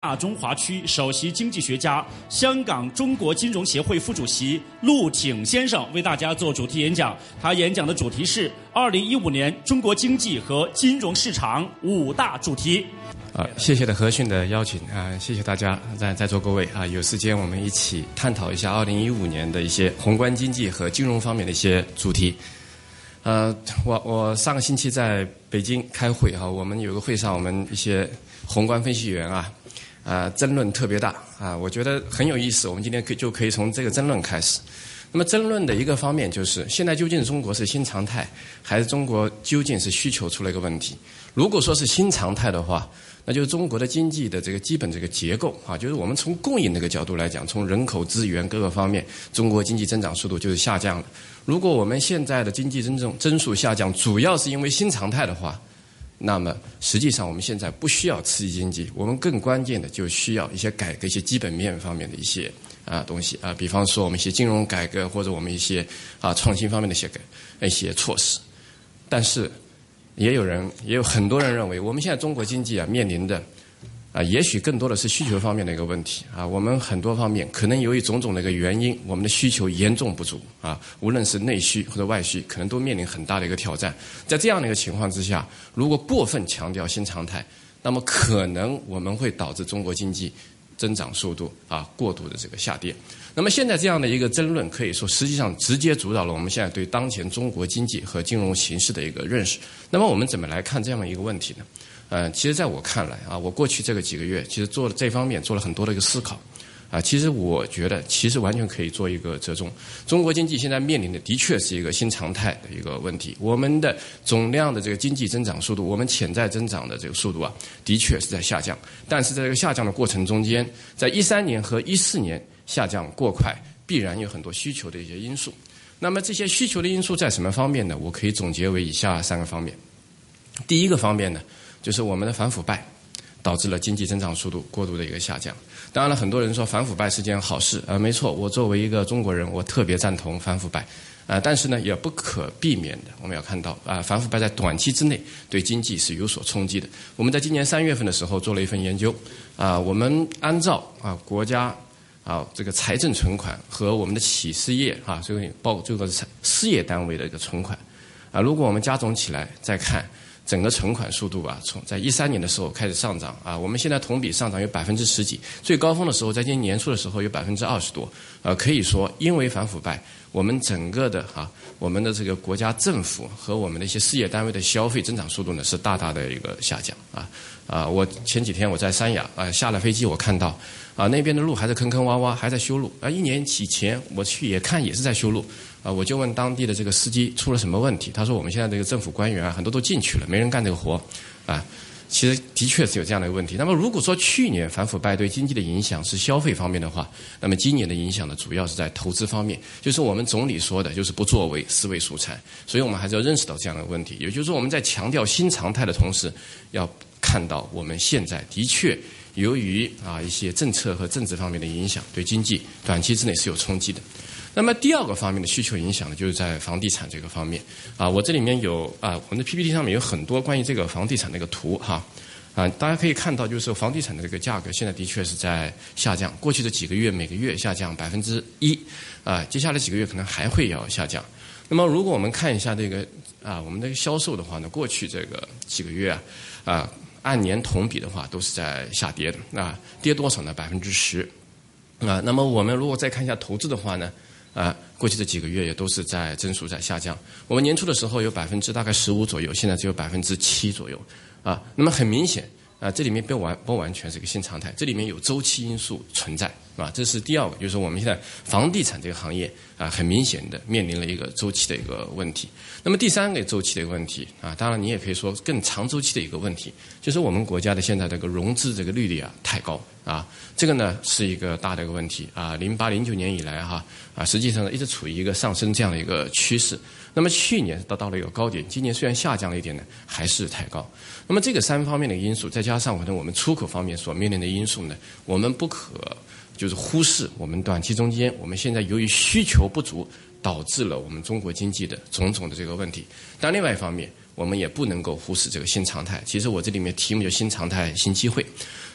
大中华区首席经济学家、香港中国金融协会副主席陆挺先生为大家做主题演讲。他演讲的主题是2015年中国经济和金融市场5大主题。 谢谢何迅的邀请啊，谢谢大家在座各位啊，有时间我们一起探讨一下2015年的一些宏观经济和金融方面的一些主题。我上个星期在北京开会啊，我们有个会上，我们一些宏观分析员争论特别大啊，我觉得很有意思。我们今天就可以从这个争论开始。那么争论的一个方面就是，现在究竟中国是新常态，还是中国究竟是需求出了一个问题？如果说是新常态的话，那就是中国的经济的这个基本这个结构啊，就是我们从供应这个角度来讲，从人口资源各个方面，中国经济增长速度就是下降了。如果我们现在的经济增速下降，主要是因为新常态的话，那么实际上我们现在不需要刺激经济，我们更关键的就需要一些改革，一些基本面方面的一些东西啊，比方说我们一些金融改革，或者我们一些创新方面的一些措施。但是也有很多人认为，我们现在中国经济面临的也许更多的是需求方面的一个问题啊。我们很多方面可能由于种种的一个原因，我们的需求严重不足啊，无论是内需或者外需，可能都面临很大的一个挑战。在这样的一个情况之下，如果过分强调新常态，那么可能我们会导致中国经济增长速度过度的这个下跌。那么现在这样的一个争论，可以说实际上直接主导了我们现在对当前中国经济和金融形势的一个认识。那么我们怎么来看这样一个问题呢？其实在我看来我过去这个几个月其实做了这方面做了很多的一个思考其实我觉得完全可以做一个折中。中国经济现在面临的确是一个新常态的一个问题，我们的总量的这个经济增长速度，我们潜在增长的这个速度的确是在下降，但是在这个下降的过程中间，在13年和14年下降过快，必然有很多需求的一些因素。那么这些需求的因素在什么方面呢？我可以总结为以下3个方面。第一个方面呢，就是我们的反腐败导致了经济增长速度过度的一个下降。当然了，很多人说反腐败是件好事没错，我作为一个中国人，我特别赞同反腐败但是呢，也不可避免的，我们要看到反腐败在短期之内对经济是有所冲击的。我们在今年3月份的时候做了一份研究我们按照国家这个财政存款和我们的企事业这个包括这个事业单位的一个存款如果我们加总起来再看整个存款速度从在13年的时候开始上涨我们现在同比上涨有10%几，最高峰的时候在今年年初的时候有20%多可以说因为反腐败，我们整个的我们的这个国家政府和我们的一些事业单位的消费增长速度呢是大大的一个下降我前几天我在三亚下了飞机，我看到那边的路还是坑坑洼洼，还在修路1年以前我去也看也是在修路我就问当地的这个司机出了什么问题，他说我们现在这个政府官员很多都进去了，没人干这个活其实的确是有这样的一个问题。那么如果说去年反腐败对经济的影响是消费方面的话，那么今年的影响呢，主要是在投资方面，就是我们总理说的就是不作为思维蔬菜。所以我们还是要认识到这样的问题，也就是说我们在强调新常态的同时，要看到我们现在的确由于一些政策和政治方面的影响，对经济短期之内是有冲击的。那么第二个方面的需求影响呢，就是在房地产这个方面我这里面有我们的 PPT 上面有很多关于这个房地产的一个图大家可以看到，就是房地产的这个价格现在的确是在下降，过去的几个月每个月下降1%接下来几个月可能还会要下降。那么如果我们看一下这个我们的销售的话呢，过去这个几个月按年同比的话都是在下跌的跌多少呢？10%那么我们如果再看一下投资的话呢过去这几个月也都是在增速在下降。我们年初的时候有大概15%左右，现在只有7%左右那么很明显这里面不完全是一个新常态，这里面有周期因素存在这是第二个，就是我们现在房地产这个行业很明显的面临了一个周期的一个问题。那么第三个周期的一个问题当然你也可以说更长周期的一个问题，就是我们国家的现在这个融资这个利率太高这个呢是一个大的一个问题08、09年以来实际上一直处于一个上升这样的一个趋势。那么去年到了一个高点，今年虽然下降了一点呢，还是太高。那么这个3方面的因素，再加上可能我们出口方面所面临的因素呢，我们不可就是忽视我们短期中间我们现在由于需求不足导致了我们中国经济的种种的这个问题。但另外一方面我们也不能够忽视这个新常态，其实我这里面题目叫新常态新机会。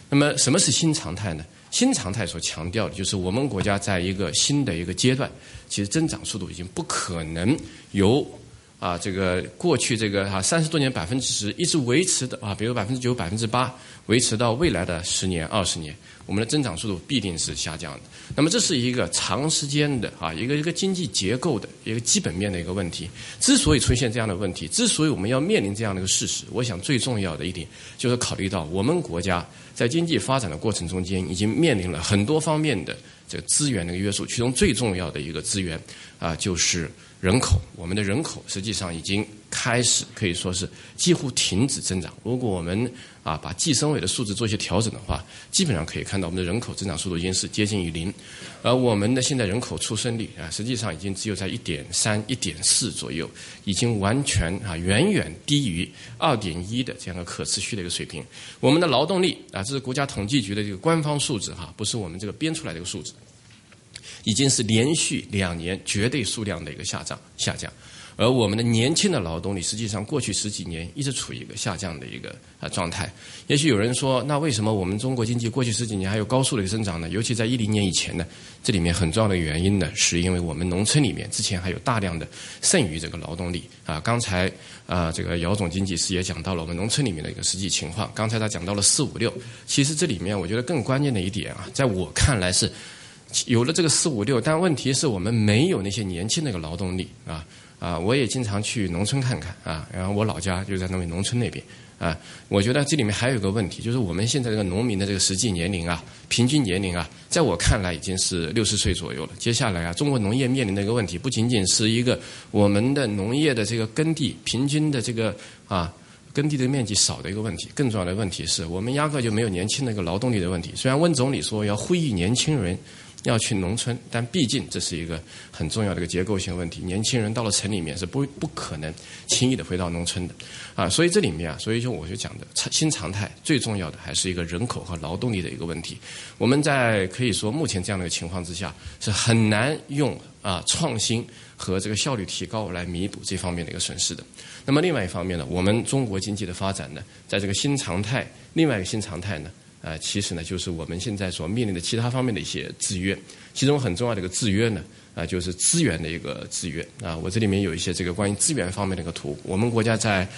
那么什么是新常态呢？新常态所强调的就是我们国家在一个新的一个阶段，其实增长速度已经不可能由这个过去这个30多年10%一直维持的比如9%、8%维持到未来的10年、20年，我们的增长速度必定是下降的。那么这是一个长时间的一个经济结构的一个基本面的一个问题。之所以出现这样的问题，之所以我们要面临这样的一个事实，我想最重要的一点就是考虑到我们国家在经济发展的过程中间已经面临了很多方面的这个资源的一个约束，其中最重要的一个资源就是人口。我们的人口实际上已经开始可以说是几乎停止增长。如果我们把计生委的数字做一些调整的话，基本上可以看到我们的人口增长速度已经是接近于0，而我们的现在人口出生率实际上已经只有在1.3、1.4左右，已经完全远远低于2.1的这样的可持续的一个水平。我们的劳动力这是国家统计局的这个官方数字不是我们这个编出来的一个数字，已经是连续2年绝对数量的一个下降。而我们的年轻的劳动力实际上过去10几年一直处于一个下降的一个状态。也许有人说，那为什么我们中国经济过去10几年还有高速的一个增长呢？尤其在10年以前呢？这里面很重要的原因呢，是因为我们农村里面之前还有大量的剩余这个劳动力刚才这个姚总经济师也讲到了我们农村里面的一个实际情况。刚才他讲到了4、5、6，其实这里面我觉得更关键的一点在我看来是有了这个4、5、6，但问题是我们没有那些年轻的一个劳动力我也经常去农村看看然后我老家就在那边农村那边我觉得这里面还有一个问题，就是我们现在这个农民的这个实际年龄平均年龄在我看来已经是60岁左右了。接下来中国农业面临的一个问题，不仅仅是一个我们的农业的这个耕地平均的这个耕地的面积少的一个问题，更重要的问题是我们压根就没有年轻的一个劳动力的问题。虽然温总理说要呼吁年轻人要去农村，但毕竟这是一个很重要的一个结构性问题。年轻人到了城里面是不可能轻易的回到农村的所以这里面所以就我就讲的新常态最重要的还是一个人口和劳动力的一个问题。我们在可以说目前这样的一个情况之下，是很难用创新和这个效率提高来弥补这方面的一个损失的。那么另外一方面呢，我们中国经济的发展呢，在这个新常态，另外一个新常态呢其实呢，就是我们现在所面临的其他方面的一些制约，其中很重要的一个制约呢，就是资源的一个制约我这里面有一些这个关于资源方面的一个图。我们国家在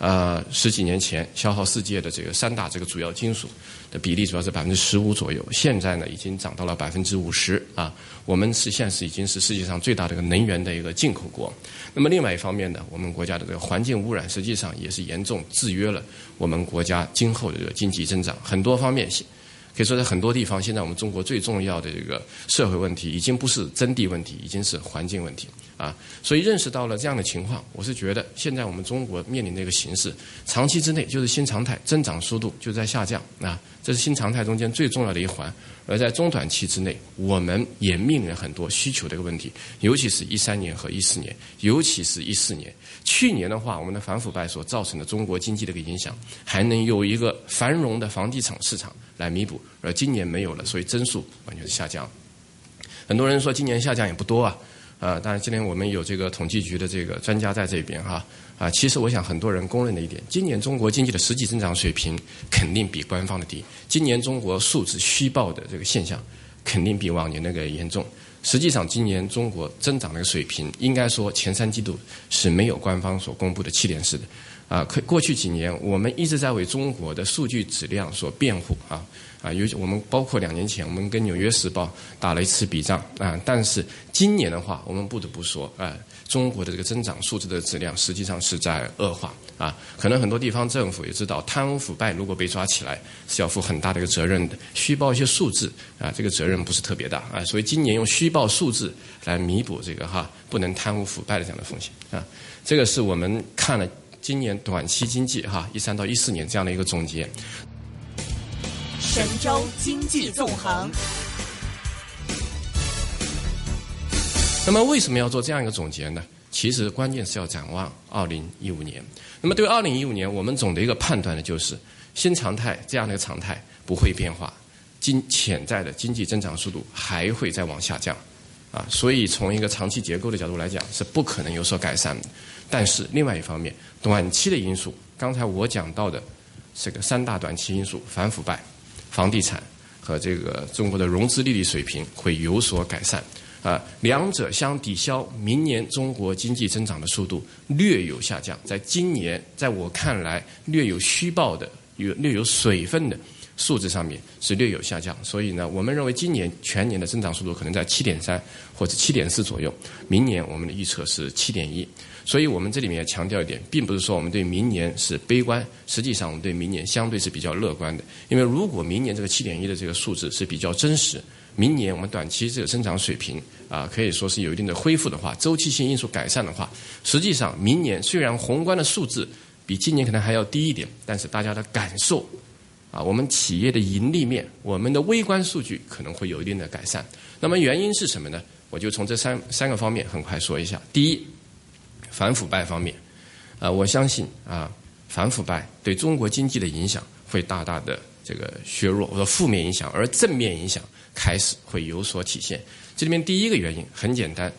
10几年前消耗世界的这个3大这个主要金属的比例主要是15%左右，现在呢已经涨到了50%我们现在已经是世界上最大的一个能源的一个进口国。那么另外一方面呢，我们国家的这个环境污染实际上也是严重制约了我们国家今后的这个经济增长。很多方面可以说在很多地方，现在我们中国最重要的这个社会问题已经不是征地问题，已经是环境问题所以认识到了这样的情况，我是觉得现在我们中国面临的一个形势，长期之内就是新常态，增长速度就在下降这是新常态中间最重要的一环。而在中短期之内，我们也面临很多需求的一个问题，尤其是13年和14年，尤其是14年。去年的话，我们的反腐败所造成的中国经济的一个影响，还能有一个繁荣的房地产市场来弥补，而今年没有了，所以增速完全是下降。很多人说今年下降也不多当然今年我们有这个统计局的这个专家在这边其实我想很多人公认的一点，今年中国经济的实际增长水平肯定比官方的低，今年中国数字虚报的这个现象肯定比往年那个严重。实际上今年中国增长的一个水平，应该说前3季度是没有官方所公布的7.4的过去几年我们一直在为中国的数据质量所辩护尤其我们包括2年前我们跟纽约时报打了一次笔仗但是今年的话，我们不得不说中国的这个增长数字的质量实际上是在恶化可能很多地方政府也知道，贪污腐败如果被抓起来是要负很大的一个责任的，虚报一些数字这个责任不是特别大所以今年用虚报数字来弥补这个不能贪污腐败的这样的风险这个是我们看了今年短期经济13到14年这样的一个总结。 神州经济纵横。 那么为什么要做这样一个总结呢？其实关键是要展望2015年。那么对2015年我们总的一个判断呢，就是新常态这样的一个常态不会变化，潜在的经济增长速度还会再往下降所以从一个长期结构的角度来讲是不可能有所改善的。但是另外一方面，短期的因素，刚才我讲到的这个3大短期因素，反腐败、 房地产和这个中国的融资利率水平会有所改善。两者相抵消，明年中国经济增长的速度略有下降，在今年在我看来略有虚报的、略有水分的数字上面是略有下降，所以呢，我们认为今年全年的增长速度可能在 7.3 或者 7.4 左右，明年我们的预测是 7.1。所以我们这里面也强调一点，并不是说我们对明年是悲观，实际上我们对明年相对是比较乐观的。因为如果明年这个 7.1 的这个数字是比较真实，明年我们短期这个增长水平可以说是有一定的恢复的话，周期性因素改善的话，实际上明年虽然宏观的数字比今年可能还要低一点，但是大家的感受我们企业的盈利面，我们的微观数据可能会有一定的改善。那么原因是什么呢？我就从这三个方面很快说一下。第一，反腐败方面，我相信反腐败对中国经济的影响会大大的这个削弱，或者负面影响，而正面影响开始会有所体现。这里面第一个原因很简单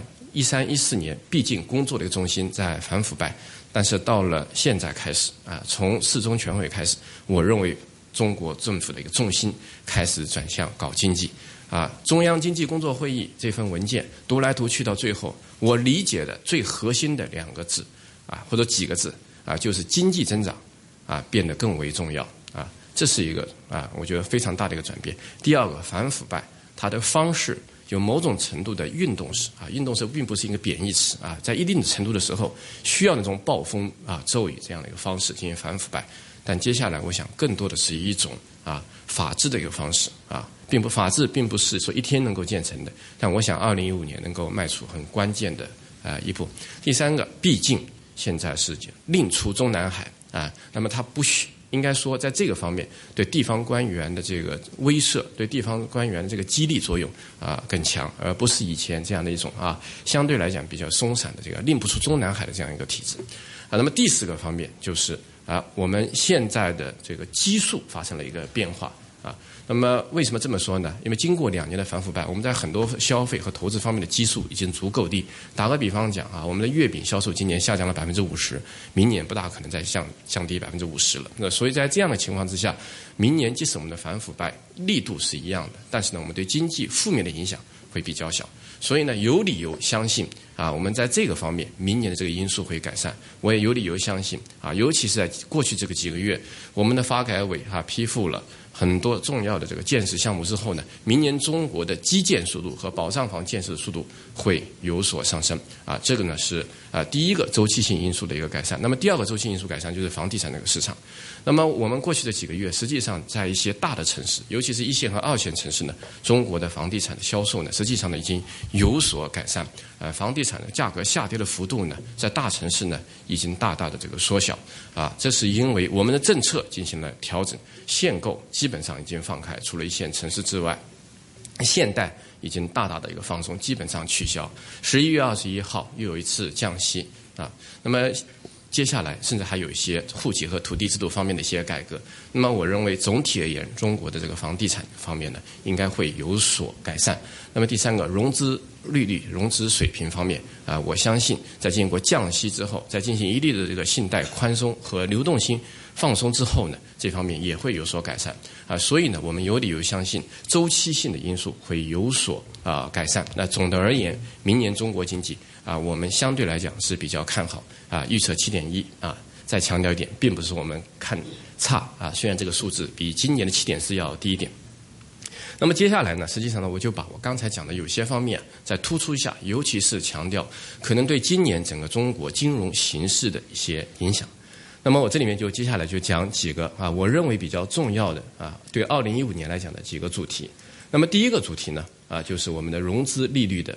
13、14年毕竟工作的一个重心在反腐败，但是到了现在开始从4中全会开始，我认为中国政府的一个重心开始转向搞经济中央经济工作会议这份文件读来读去到最后，我理解的最核心的2个字或者几个字就是经济增长变得更为重要这是一个我觉得非常大的一个转变。第二个，反腐败它的方式有某种程度的运动式运动式并不是一个贬义词在一定的程度的时候需要那种暴风骤雨这样的一个方式进行反腐败，但接下来我想更多的是一种法治的一个方式法治并不是说一天能够建成的，但我想2015年能够迈出很关键的一步。第三个，毕竟现在是另出中南海那么它不需应该说在这个方面对地方官员的这个威慑，对地方官员的这个激励作用更强，而不是以前这样的一种相对来讲比较松散的这个另不出中南海的这样一个体制那么第4个方面就是我们现在的这个基数发生了一个变化那么为什么这么说呢？因为经过2年的反腐败，我们在很多消费和投资方面的基数已经足够低。打个比方讲我们的月饼销售今年下降了50%，明年不大可能再降低50%了。那所以在这样的情况之下，明年即使我们的反腐败力度是一样的，但是呢，我们对经济负面的影响会比较小。所以呢，有理由相信我们在这个方面明年的这个因素会改善。我也有理由相信尤其是在过去这个几个月，我们的发改委批复了很多重要的这个建设项目之后呢，明年中国的基建速度和保障房建设的速度会有所上升这个呢是第一个周期性因素的一个改善。那么第2个周期因素改善就是房地产这个市场。那么我们过去的几个月，实际上在一些大的城市，尤其是1线和2线城市呢，中国的房地产的销售呢，实际上呢已经有所改善。房地产的价格下跌的幅度呢，在大城市呢已经大大的这个缩小这是因为我们的政策进行了调整，限购基本上已经放开，除了1线城市之外，限贷已经大大的一个放松，基本上取消。11月21号又有一次降息那么接下来甚至还有一些户籍和土地制度方面的一些改革。那么我认为总体而言，中国的这个房地产方面呢，应该会有所改善。那么第3个，融资利率、融资水平方面我相信在经过降息之后，在进行一定的这个信贷宽松和流动性放松之后呢，这方面也会有所改善所以呢，我们有理由相信周期性的因素会有所改善。那总的而言，明年中国经济我们相对来讲是比较看好预测 7.1再强调一点，并不是我们看差虽然这个数字比今年的 7.4 要低一点。那么接下来呢，实际上呢，我就把我刚才讲的有些方面再突出一下，尤其是强调可能对今年整个中国金融形势的一些影响。那么我这里面就接下来就讲几个我认为比较重要的对2015年来讲的几个主题。那么第一个主题呢就是我们的融资利率的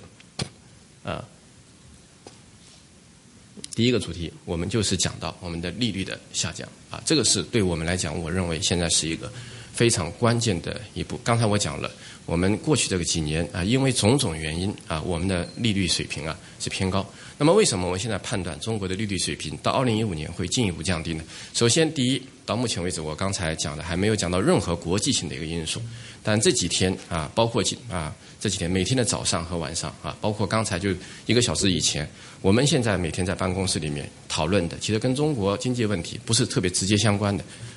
第一个主题，我们就是讲到我们的利率的下降这个是对我们来讲，我认为现在是一个非常关键的一步。刚才我讲了，我们过去这个几年因为种种原因我们的利率水平是偏高。那么为什么我们现在判断中国的利率水平到2015年会进一步降低呢？首先，第一，到目前为止我刚才讲的还没有讲到任何国际性的一个因素，但这几天包括这几天每天的早上和晚上包括刚才就1个小时以前，我们现在每天在办公室里面讨论的，其实跟中国经济问题不是特别直接相关的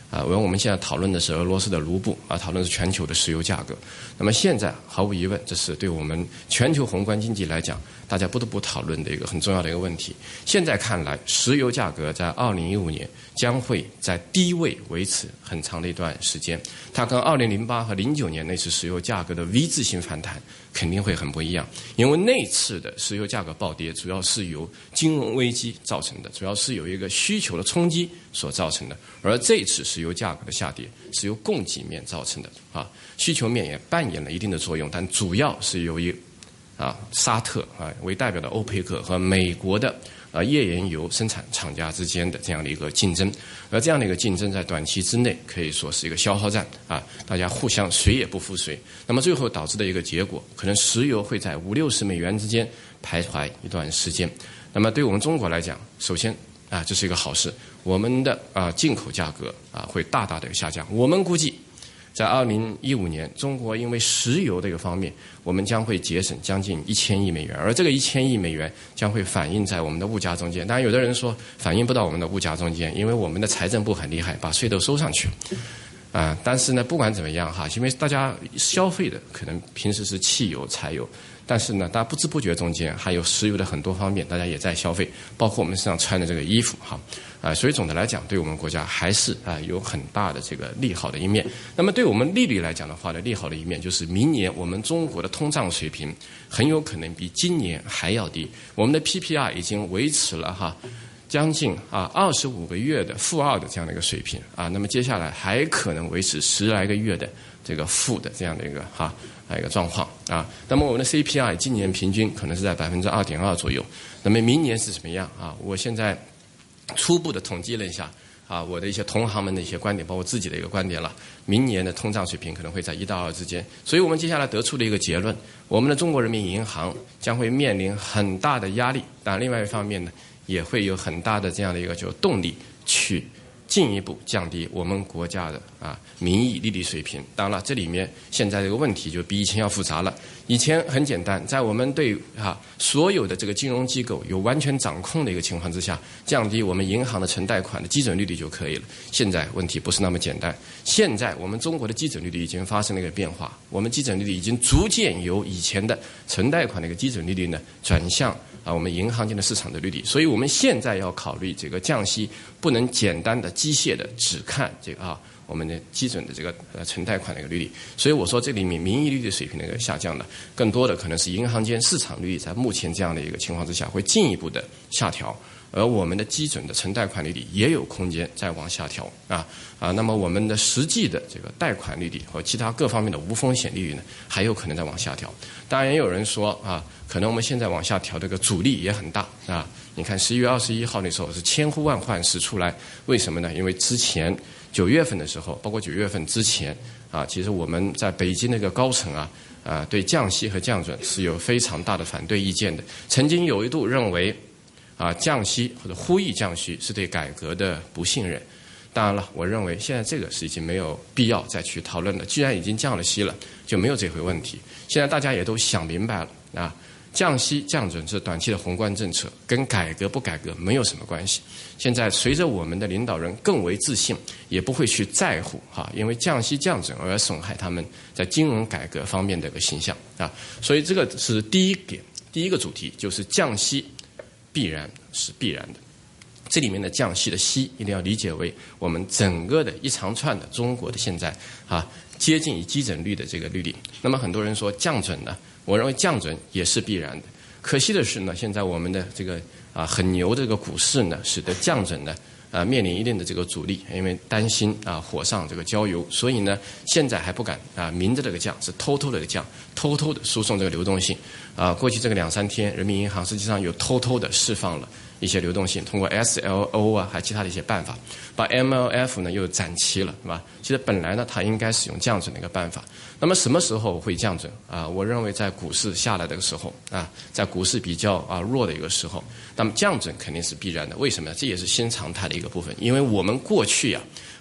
我们现在讨论的是俄罗斯的卢布讨论的是全球的石油价格。那么现在毫无疑问，这是对我们全球宏观经济来讲，大家不得不讨论的一个很重要的一个问题。现在看来，石油价格在2015年将会在低位维持很长的一段时间。它跟2008和09年那次石油价格的 V 字形反弹肯定会很不一样，因为那次的石油价格暴跌主要是由金融危机造成的，主要是有一个需求的冲击所造成的，而这次石油价格的下跌是由供给面造成的需求面也扮演了一定的作用，但主要是由于沙特为代表的欧佩克和美国的页岩油生产厂家之间的这样的一个竞争，而这样的一个竞争在短期之内可以说是一个消耗战大家互相谁也不服谁，那么最后导致的一个结果，可能石油会在50-60美元之间徘徊一段时间。那么对我们中国来讲，首先这是一个好事，我们的进口价格会大大的下降。我们估计在2015年，中国因为石油这个方面，我们将会节省将近1000亿美元，而这个1000亿美元将会反映在我们的物价中间。当然，有的人说反映不到我们的物价中间，因为我们的财政部很厉害，把税都收上去了。但是呢，不管怎么样因为大家消费的可能平时是汽油、柴油，但是呢，大家不知不觉中间还有石油的很多方面，大家也在消费，包括我们身上穿的这个衣服所以总的来讲，对我们国家还是有很大的这个利好的一面。那么对我们利率来讲的话呢，利好的一面就是明年我们中国的通胀水平很有可能比今年还要低。我们的 PPI 已经维持了将近25个月的-2的这样的一个水平那么接下来还可能维持10来个月的这个负的这样的一个一个状况那么我们的 CPI 今年平均可能是在2.2%左右。那么明年是什么样我现在初步的统计了一下我的一些同行们的一些观点，包括自己的一个观点了。明年的通胀水平可能会在1到2之间，所以我们接下来得出的一个结论，我们的中国人民银行将会面临很大的压力，但另外一方面呢，也会有很大的这样的一个动力去进一步降低我们国家的名义利率水平。当然了，这里面现在这个问题就比以前要复杂了。以前很简单，在我们对所有的这个金融机构有完全掌控的一个情况之下，降低我们银行的存贷款的基准利率就可以了。现在问题不是那么简单，现在我们中国的基准利率已经发生了一个变化，我们基准利率已经逐渐由以前的存贷款的一个基准利率呢转向我们银行间的市场的利率。所以我们现在要考虑这个降息，不能简单的机械的只看这个我们的基准的这个存贷款的一个利率。所以我说这里面名义利率水平的一个下降呢，更多的可能是银行间市场利率在目前这样的一个情况之下会进一步的下调，而我们的基准的存贷款利率也有空间再往下调那么我们的实际的这个贷款利率和其他各方面的无风险利率呢，还有可能再往下调。当然也有人说可能我们现在往下调这个阻力也很大你看11月21号那时候是千呼万唤始出来，为什么呢？因为之前9月份的时候，包括9月份之前其实我们在北京那个高层对降息和降准是有非常大的反对意见的，曾经有一度认为降息或者呼吁降息是对改革的不信任。当然了，我认为现在这个是已经没有必要再去讨论了，既然已经降了息了，就没有这回问题。现在大家也都想明白了降息降准是短期的宏观政策，跟改革不改革没有什么关系。现在随着我们的领导人更为自信，也不会去在乎因为降息降准而损害他们在金融改革方面的一个形象所以这个是第一个主题，就是降息必然是必然的。这里面的降息的息一定要理解为我们整个的一长串的中国的现在接近于基准率的这个利率。那么很多人说降准呢，我认为降准也是必然的。可惜的是呢，现在我们的这个很牛的这个股市呢，使得降准呢面临一定的这个阻力，因为担心火上这个浇油，所以呢现在还不敢明着这个降，是偷偷的降，偷偷的输送这个流动性过去这个2-3天，人民银行实际上有偷偷的释放了一些流动性，通过 SLO 还有其他的一些办法，把 MLF 呢又展期了，是吧？其实本来呢它应该使用降准的一个办法。那么什么时候会降准我认为在股市下来的时候在股市比较弱的一个时候，那么降准肯定是必然的。为什么呢？这也是新常态的一个部分，因为我们过去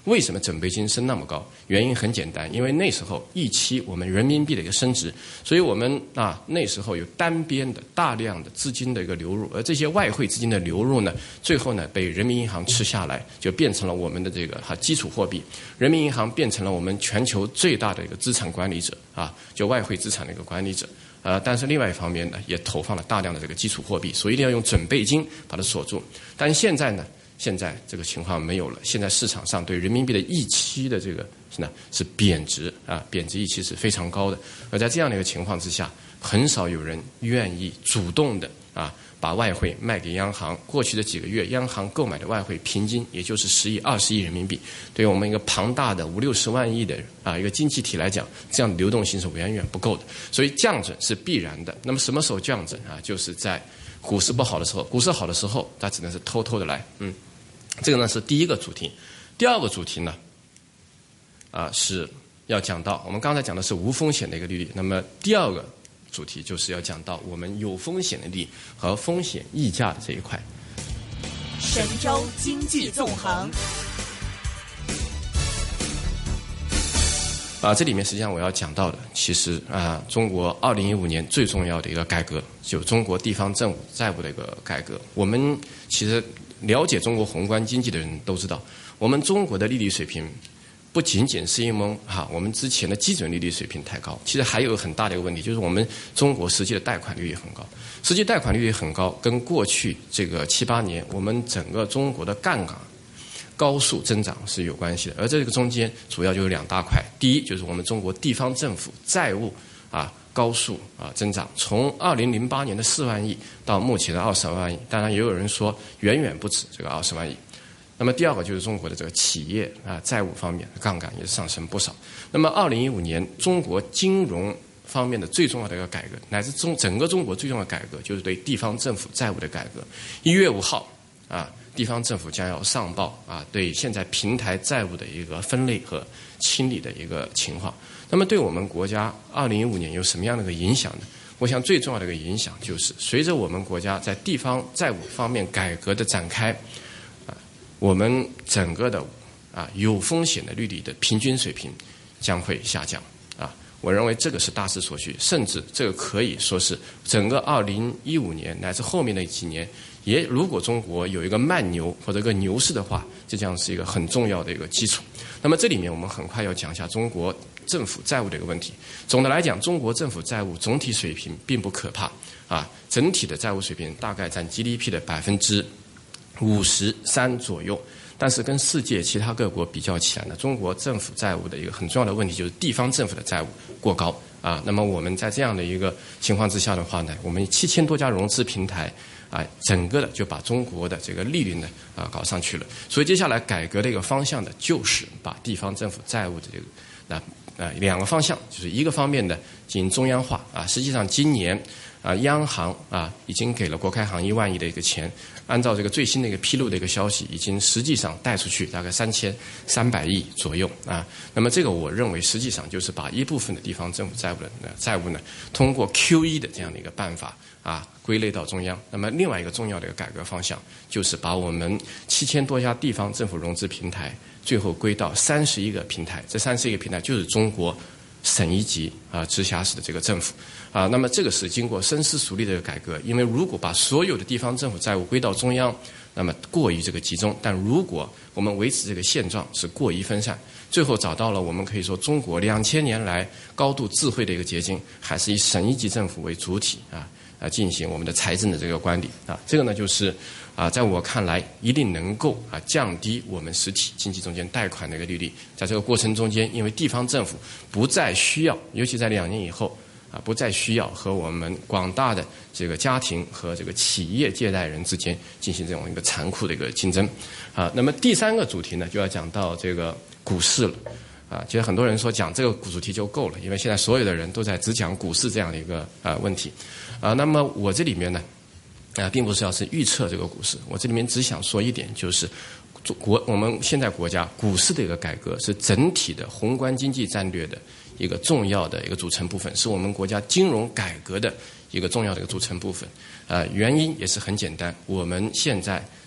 为什么准备金升那么高？原因很简单，因为那时候2017我们人民币的一个升值，所以我们那时候有单边的大量的资金的一个流入，而这些外汇资金的流入呢，最后呢被人民银行吃下来，就变成了我们的这个基础货币。人民银行变成了我们全球最大的一个资产管理者就外汇资产的一个管理者。但是另外一方面呢，也投放了大量的这个基础货币，所以一定要用准备金把它锁住。但是现在这个情况没有了，现在市场上对人民币的预期的这个是贬值贬值预期是非常高的。而在这样的一个情况之下，很少有人愿意主动的把外汇卖给央行。过去的几个月，央行购买的外汇平均也就是10亿、20亿人民币，对于我们一个庞大的50-60万亿的一个经济体来讲，这样的流动性是远远不够的，所以降准是必然的。那么什么时候降准就是在股市不好的时候，股市好的时候，它只能是偷偷的来。这个呢是第一个主题。第二个主题呢是要讲到我们刚才讲的是无风险的一个利率，那么第二个主题就是要讲到我们有风险的利率和风险溢价的这一块。 神州经济纵横。 这里面实际上我要讲到的，其实中国2015年最重要的一个改革，就中国地方政府债务的一个改革。我们其实了解中国宏观经济的人都知道，我们中国的利率水平不仅仅是因为我们之前的基准利率水平太高，其实还有很大的一个问题，就是我们中国实际的贷款利率很高。实际贷款利率很高，跟过去这个7-8年我们整个中国的杠杆高速增长是有关系的。而这个中间主要就是2大块，第一就是我们中国地方政府债务高速增长，从2008年的4万亿到目前的22万亿，当然也有人说远远不止这个20万亿。那么第二个就是中国的这个企业债务方面的杠杆也上升不少。那么2015年中国金融方面的最重要的一个改革，乃至整个中国最重要的改革，就是对地方政府债务的改革。1月5号地方政府将要上报对现在平台债务的一个分类和清理的一个情况。那么对我们国家2015年有什么样的一个影响呢？我想最重要的一个影响就是随着我们国家在地方债务方面改革的展开，我们整个的有风险的利率的平均水平将会下降我认为这个是大势所趋，甚至这个可以说是整个2015年乃至后面的几年，如果中国有一个慢牛或者一个牛市的话，这将是一个很重要的一个基础。那么这里面我们很快要讲一下中国政府债务的一个问题。总的来讲，中国政府债务总体水平并不可怕整体的债务水平大概占 GDP 的53%左右。但是跟世界其他各国比较起来呢，中国政府债务的一个很重要的问题就是地方政府的债务过高那么我们在这样的一个情况之下的话呢，我们7000多家融资平台整个的就把中国的这个利率呢搞上去了。所以接下来改革的一个方向呢，就是把地方政府债务的这个2个方向，就是一个方面呢进行中央化实际上今年央行已经给了国开行1万亿的一个钱，按照这个最新的一个披露的一个消息，已经实际上贷出去大概3300亿左右那么这个我认为实际上就是把一部分的地方政府债务呢通过 QE 的这样的一个办法归类到中央。那么另外一个重要的一个改革方向，就是把我们7000多家地方政府融资平台最后归到31个平台，这31个平台就是中国省一级直辖市的这个政府那么这个是经过深思熟虑的一个改革。因为如果把所有的地方政府债务归到中央，那么过于这个集中，但如果我们维持这个现状是过于分散，最后找到了我们可以说中国2000年来高度智慧的一个结晶，还是以省一级政府为主体进行我们的财政的这个管理这个呢就是在我看来一定能够降低我们实体经济中间贷款的一个利率。在这个过程中间，因为地方政府不再需要，尤其在2年以后不再需要和我们广大的这个家庭和这个企业借贷人之间进行这种一个残酷的一个竞争那么第3个主题呢，就要讲到这个股市了其实很多人说讲这个主题就够了，因为现在所有的人都在只讲股市这样的一个问题那么我这里面呢并不是要是预测这个股市，我这里面只想说一点，就是我们现在国家股市的一个改革是整体的宏观经济战略的一个重要的一个组成部分，是我们国家金融改革的一个重要的一个组成部分原因也是很简单，我们现在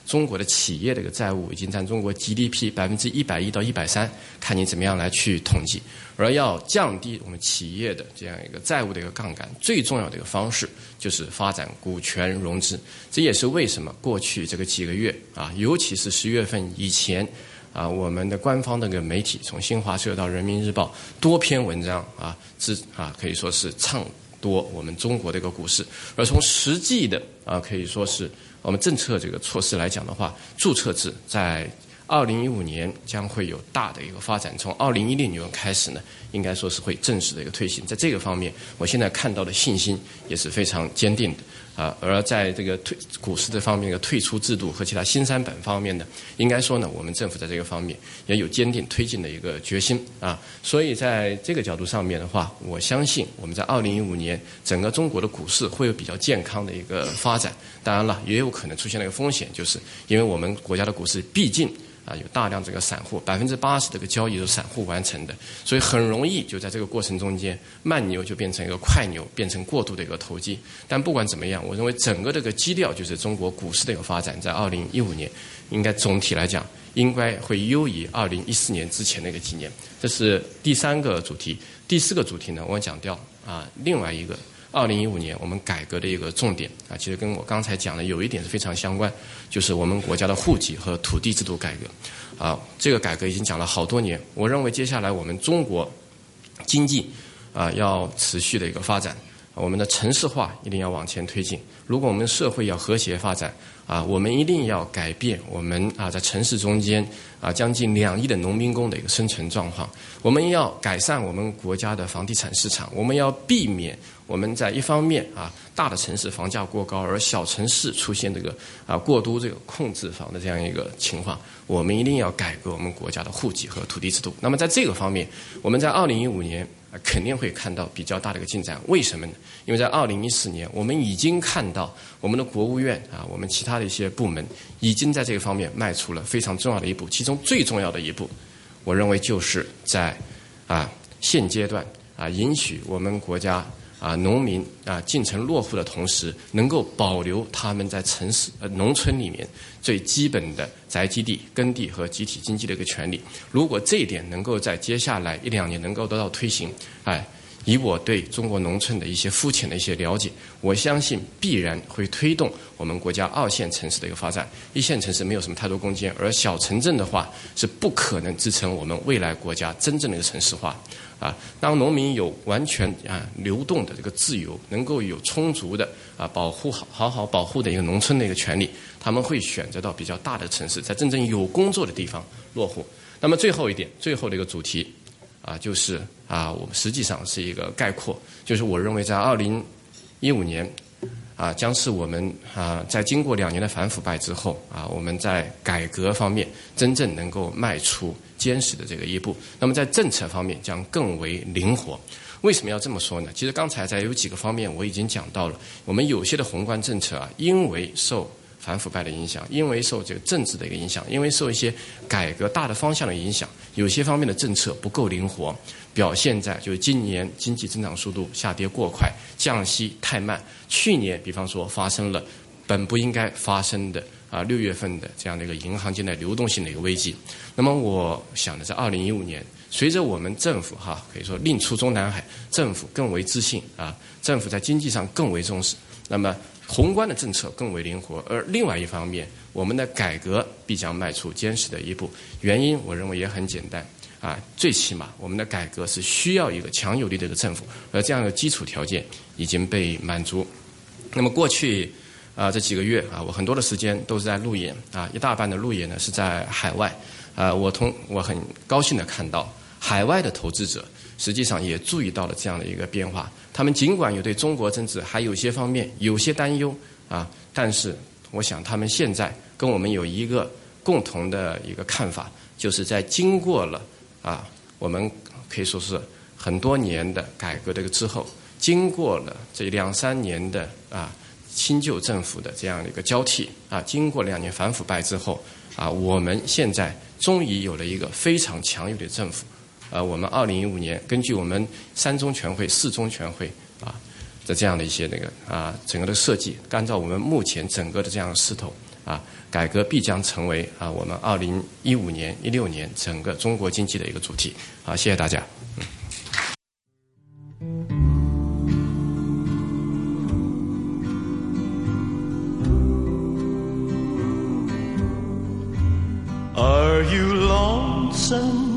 中国的企业的一个债务已经占中国 GDP 110%到130%，看你怎么样来去统计。而要降低我们企业的这样一个债务的一个杠杆，最重要的一个方式就是发展股权融资。这也是为什么过去这个几个月啊，尤其是10月份以前啊，我们的官方的一个媒体，从新华社到人民日报，多篇文章啊，可以说是唱多我们中国的一个股市。而从实际的啊，可以说是我们政策这个措施来讲的话，注册制在2015年将会有大的一个发展，从2016年开始呢，应该说是会正式的一个推行。在这个方面，我现在看到的信心也是非常坚定的啊。而在这个股市这方面的退出制度和其他新三板方面呢，应该说呢，我们政府在这个方面也有坚定推进的一个决心啊。所以在这个角度上面的话，我相信我们在2015年整个中国的股市会有比较健康的一个发展。当然了，也有可能出现了一个风险，就是因为我们国家的股市毕竟有大量这个散户，80%这个交易都是散户完成的，所以很容易就在这个过程中间，慢牛就变成一个快牛，变成过度的一个投机。但不管怎么样，我认为整个这个基调就是中国股市的一个发展，在2015年应该总体来讲应该会优于2014年之前的一个几年。这是第3个主题。第4个主题呢，我讲掉另外一个2015年我们改革的一个重点啊，其实跟我刚才讲的有一点是非常相关，就是我们国家的户籍和土地制度改革啊。这个改革已经讲了好多年，我认为接下来我们中国经济要持续的一个发展，我们的城市化一定要往前推进。如果我们社会要和谐发展我们一定要改变我们在城市中间将近2亿的农民工的一个生存状况。我们要改善我们国家的房地产市场，我们要避免我们在一方面大的城市房价过高，而小城市出现这个过度这个控制房的这样一个情况。我们一定要改革我们国家的户籍和土地制度。那么在这个方面，我们在2015年肯定会看到比较大的一个进展。为什么呢？因为在2014年，我们已经看到我们的国务院我们其他的一些部门已经在这个方面迈出了非常重要的一步。其中最重要的一步，我认为就是在现阶段允许我们国家农民进城落户的同时，能够保留他们在城市农村里面最基本的宅基地、耕地和集体经济的一个权利。如果这一点能够在接下来1-2年能够得到推行，以我对中国农村的一些肤浅的一些了解，我相信必然会推动我们国家2线城市的一个发展。1线城市没有什么太多空间，而小城镇的话是不可能支撑我们未来国家真正的一个城市化。当农民有完全流动的这个自由，能够有充足的保护好好保护的一个农村的一个权利，他们会选择到比较大的城市，在真正有工作的地方落户。那么最后一点，最后的一个主题就是我们实际上是一个概括，就是我认为在2015年将是我们在经过2年的反腐败之后我们在改革方面真正能够迈出坚实的这个一步。那么在政策方面将更为灵活。为什么要这么说呢？其实刚才在有几个方面我已经讲到了，我们有些的宏观政策因为受反腐败的影响，因为受这个政治的一个影响，因为受一些改革大的方向的影响，有些方面的政策不够灵活，表现在就是今年经济增长速度下跌过快，降息太慢。去年比方说发生了本不应该发生的6月份的这样的一个银行间的流动性的一个危机。那么我想的在2015年，随着我们政府可以说令出中南海，政府更为自信政府在经济上更为重视，那么宏观的政策更为灵活，而另外一方面，我们的改革必将迈出坚实的一步。原因我认为也很简单最起码我们的改革是需要一个强有力的一个政府，而这样的基础条件已经被满足。那么过去这几个月我很多的时间都是在路演一大半的路演呢是在海外我很高兴的看到海外的投资者实际上也注意到了这样的一个变化。他们尽管有对中国政治还有些方面有些担忧但是我想他们现在跟我们有一个共同的一个看法，就是在经过了我们可以说是很多年的改革的之后，经过了这2-3年的新旧政府的这样的一个交替经过2年反腐败之后我们现在终于有了一个非常强有力的政府。我们2015年根据我们3中全会、4中全会的这样的一些整个的设计，按照我们目前整个的这样的势头改革必将成为我们2015年、16年整个中国经济的一个主题。好，谢谢大家。 Are you lonesome